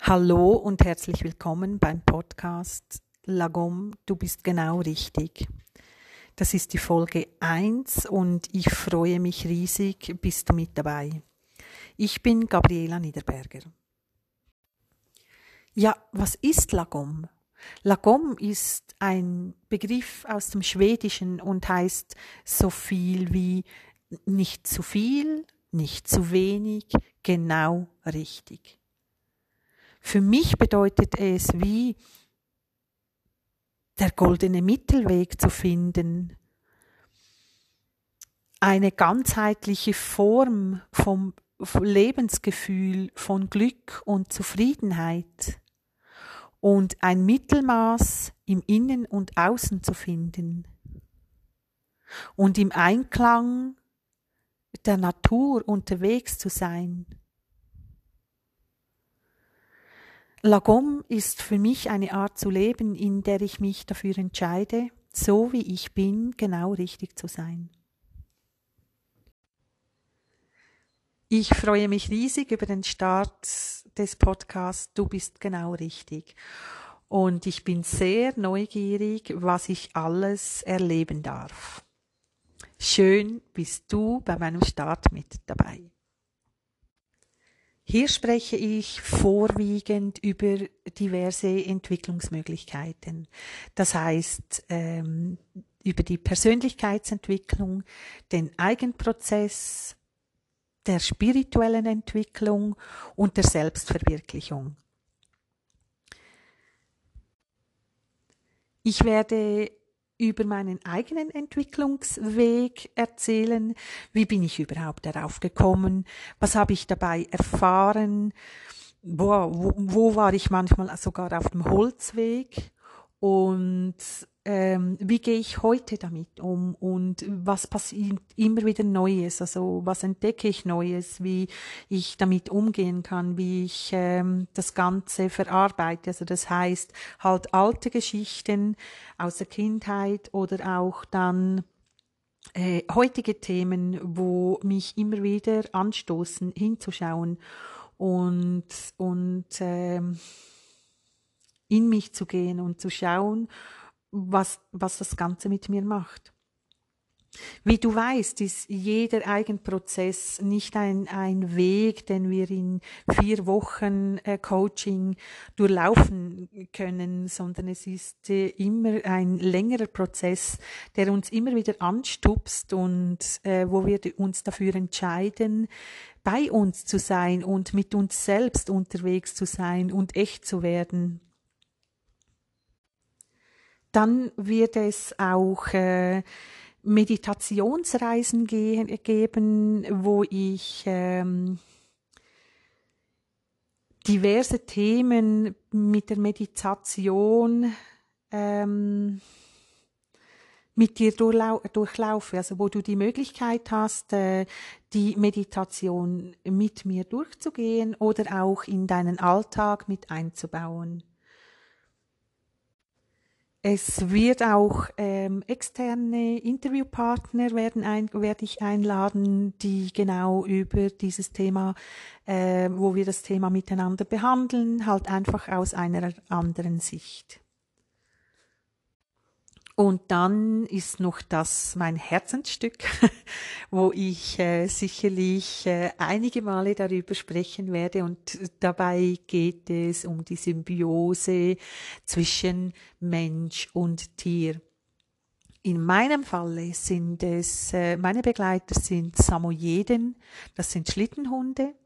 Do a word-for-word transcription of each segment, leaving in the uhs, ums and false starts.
Hallo und herzlich willkommen beim Podcast Lagom, du bist genau richtig. Das ist die Folge eins und ich freue mich riesig, bist du mit dabei. Ich bin Gabriela Niederberger. Ja, was ist Lagom? Lagom ist ein Begriff aus dem Schwedischen und heißt so viel wie nicht zu viel, nicht zu wenig, genau richtig. Für mich bedeutet es, wie der goldene Mittelweg zu finden, eine ganzheitliche Form vom Lebensgefühl, von Glück und Zufriedenheit und ein Mittelmaß im Innen und Außen zu finden und im Einklang der Natur unterwegs zu sein. Lagom ist für mich eine Art zu leben, in der ich mich dafür entscheide, so wie ich bin, genau richtig zu sein. Ich freue mich riesig über den Start des Podcasts Du bist genau richtig. Und ich bin sehr neugierig, was ich alles erleben darf. Schön bist du bei meinem Start mit dabei. Hier spreche ich vorwiegend über diverse Entwicklungsmöglichkeiten. Das heißt, ähm, über die Persönlichkeitsentwicklung, den Eigenprozess, der spirituellen Entwicklung und der Selbstverwirklichung. Ich werde über meinen eigenen Entwicklungsweg erzählen. Wie bin ich überhaupt darauf gekommen? Was habe ich dabei erfahren? Boah, wo, wo war ich manchmal sogar auf dem Holzweg? Und ähm, wie gehe ich heute damit um? Und was passiert immer wieder Neues? Also was entdecke ich Neues? Wie ich damit umgehen kann? Wie ich ähm, das Ganze verarbeite? Also das heißt halt alte Geschichten aus der Kindheit oder auch dann äh, heutige Themen, wo mich immer wieder anstoßen, hinzuschauen und und ähm, in mich zu gehen und zu schauen, was, was das Ganze mit mir macht. Wie du weißt, ist jeder Eigenprozess nicht ein, ein Weg, den wir in vier Wochen äh, Coaching durchlaufen können, sondern es ist äh, immer ein längerer Prozess, der uns immer wieder anstupst und äh, wo wir uns dafür entscheiden, bei uns zu sein und mit uns selbst unterwegs zu sein und echt zu werden. Dann wird es auch äh, Meditationsreisen ge- geben, wo ich ähm, diverse Themen mit der Meditation ähm, mit dir durchlau- durchlaufe, also wo du die Möglichkeit hast, äh, die Meditation mit mir durchzugehen oder auch in deinen Alltag mit einzubauen. Es wird auch ähm, externe Interviewpartner werden ein, werde ich einladen, die genau über dieses Thema, äh, wo wir das Thema miteinander behandeln, halt einfach aus einer anderen Sicht. Und dann ist noch das mein Herzensstück, wo ich äh, sicherlich äh, einige Male darüber sprechen werde. Und dabei geht es um die Symbiose zwischen Mensch und Tier. In meinem Falle sind es, äh, meine Begleiter sind Samoyeden, das sind Schlittenhunde.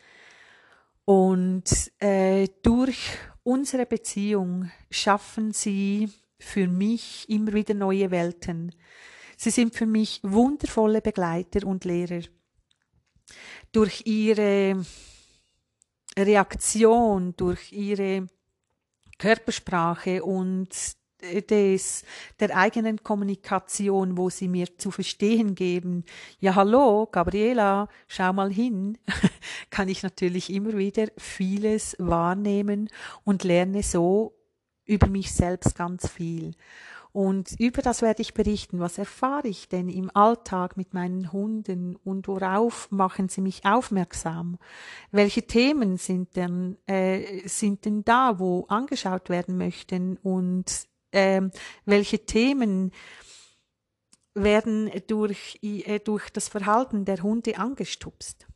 Und äh, durch unsere Beziehung schaffen sie für mich immer wieder neue Welten. Sie sind für mich wundervolle Begleiter und Lehrer. Durch ihre Reaktion, durch ihre Körpersprache und des, der eigenen Kommunikation, wo sie mir zu verstehen geben, ja hallo, Gabriela, schau mal hin, kann ich natürlich immer wieder vieles wahrnehmen und lerne so über mich selbst ganz viel. Und über das werde ich berichten. Was erfahre ich denn im Alltag mit meinen Hunden und worauf machen sie mich aufmerksam? Welche Themen sind denn, äh, sind denn da, wo angeschaut werden möchten? Und ähm, welche Themen werden durch, äh, durch das Verhalten der Hunde angestupst?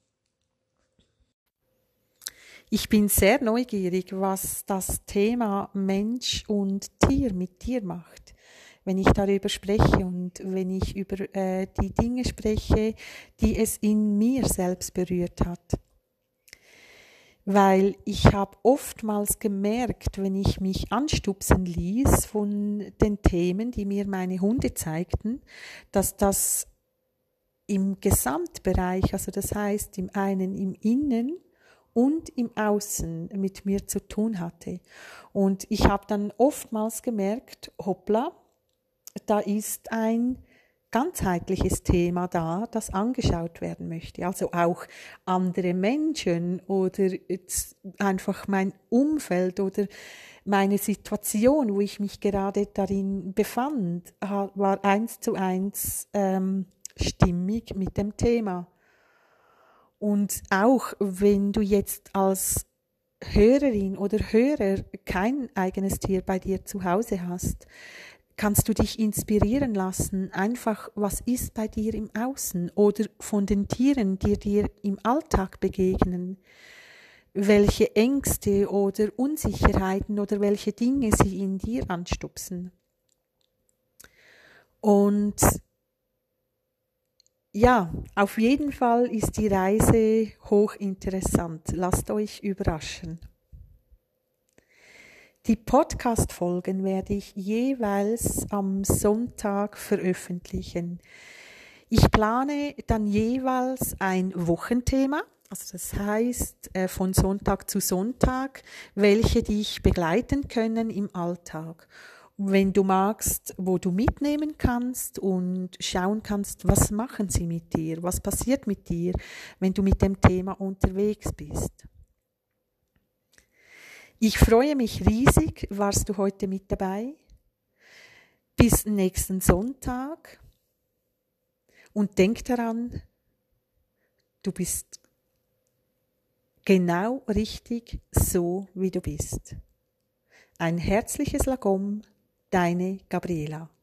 Ich bin sehr neugierig, was das Thema Mensch und Tier mit dir macht, wenn ich darüber spreche und wenn ich über äh, die Dinge spreche, die es in mir selbst berührt hat. Weil ich habe oftmals gemerkt, wenn ich mich anstupsen ließ von den Themen, die mir meine Hunde zeigten, dass das im Gesamtbereich, also das heißt im einen im Innen und im Außen mit mir zu tun hatte. Und ich habe dann oftmals gemerkt, hoppla, da ist ein ganzheitliches Thema da, das angeschaut werden möchte. Also auch andere Menschen oder jetzt einfach mein Umfeld oder meine Situation, wo ich mich gerade darin befand, war eins zu eins ähm, stimmig mit dem Thema. Und auch wenn du jetzt als Hörerin oder Hörer kein eigenes Tier bei dir zu Hause hast, kannst du dich inspirieren lassen, einfach was ist bei dir im Außen oder von den Tieren, die dir im Alltag begegnen, welche Ängste oder Unsicherheiten oder welche Dinge sie in dir anstupsen. Und ja, auf jeden Fall ist die Reise hochinteressant. Lasst euch überraschen. Die Podcast-Folgen werde ich jeweils am Sonntag veröffentlichen. Ich plane dann jeweils ein Wochenthema, also das heißt von Sonntag zu Sonntag, welche dich begleiten können im Alltag. Wenn du magst, wo du mitnehmen kannst und schauen kannst, was machen sie mit dir, was passiert mit dir, wenn du mit dem Thema unterwegs bist. Ich freue mich riesig, warst du heute mit dabei. Bis nächsten Sonntag. Und denk daran, du bist genau richtig so, wie du bist. Ein herzliches Lagom, deine Gabriela.